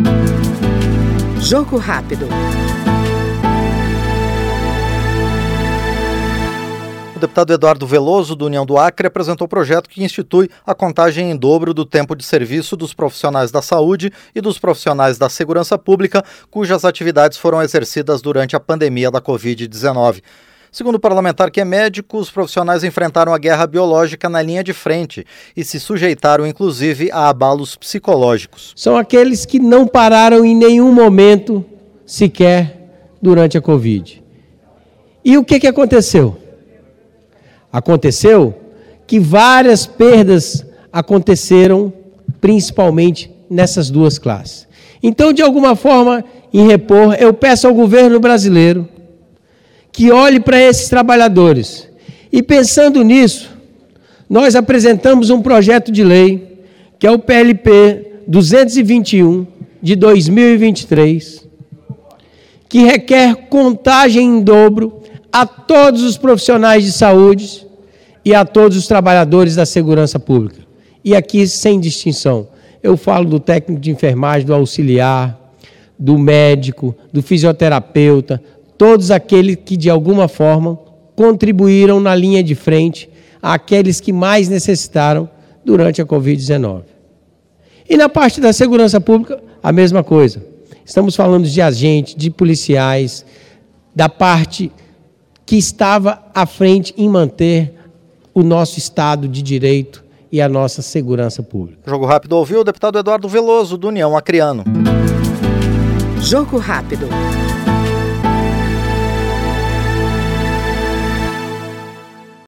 Jogo rápido. O deputado Eduardo Veloso, do União do Acre, apresentou o projeto que institui a contagem em dobro do tempo de serviço dos profissionais da saúde e dos profissionais da segurança pública, cujas atividades foram exercidas durante a pandemia da Covid-19. Segundo o parlamentar, que é médico, os profissionais enfrentaram a guerra biológica na linha de frente e se sujeitaram, inclusive, a abalos psicológicos. São aqueles que não pararam em nenhum momento sequer durante a Covid. E o que aconteceu? Aconteceu que várias perdas aconteceram, principalmente nessas duas classes. Então, de alguma forma, em repor, eu peço ao governo brasileiro que olhe para esses trabalhadores. E pensando nisso, nós apresentamos um projeto de lei, que é o PLP 221, de 2023, que requer contagem em dobro a todos os profissionais de saúde e a todos os trabalhadores da segurança pública. E aqui, sem distinção. Eu falo do técnico de enfermagem, do auxiliar, do médico, do fisioterapeuta, todos aqueles que, de alguma forma, contribuíram na linha de frente àqueles que mais necessitaram durante a Covid-19. E na parte da segurança pública, a mesma coisa. Estamos falando de agentes, de policiais, da parte que estava à frente em manter o nosso Estado de Direito e a nossa segurança pública. Jogo Rápido ouviu o deputado Eduardo Veloso, do União Acreano. Jogo Rápido.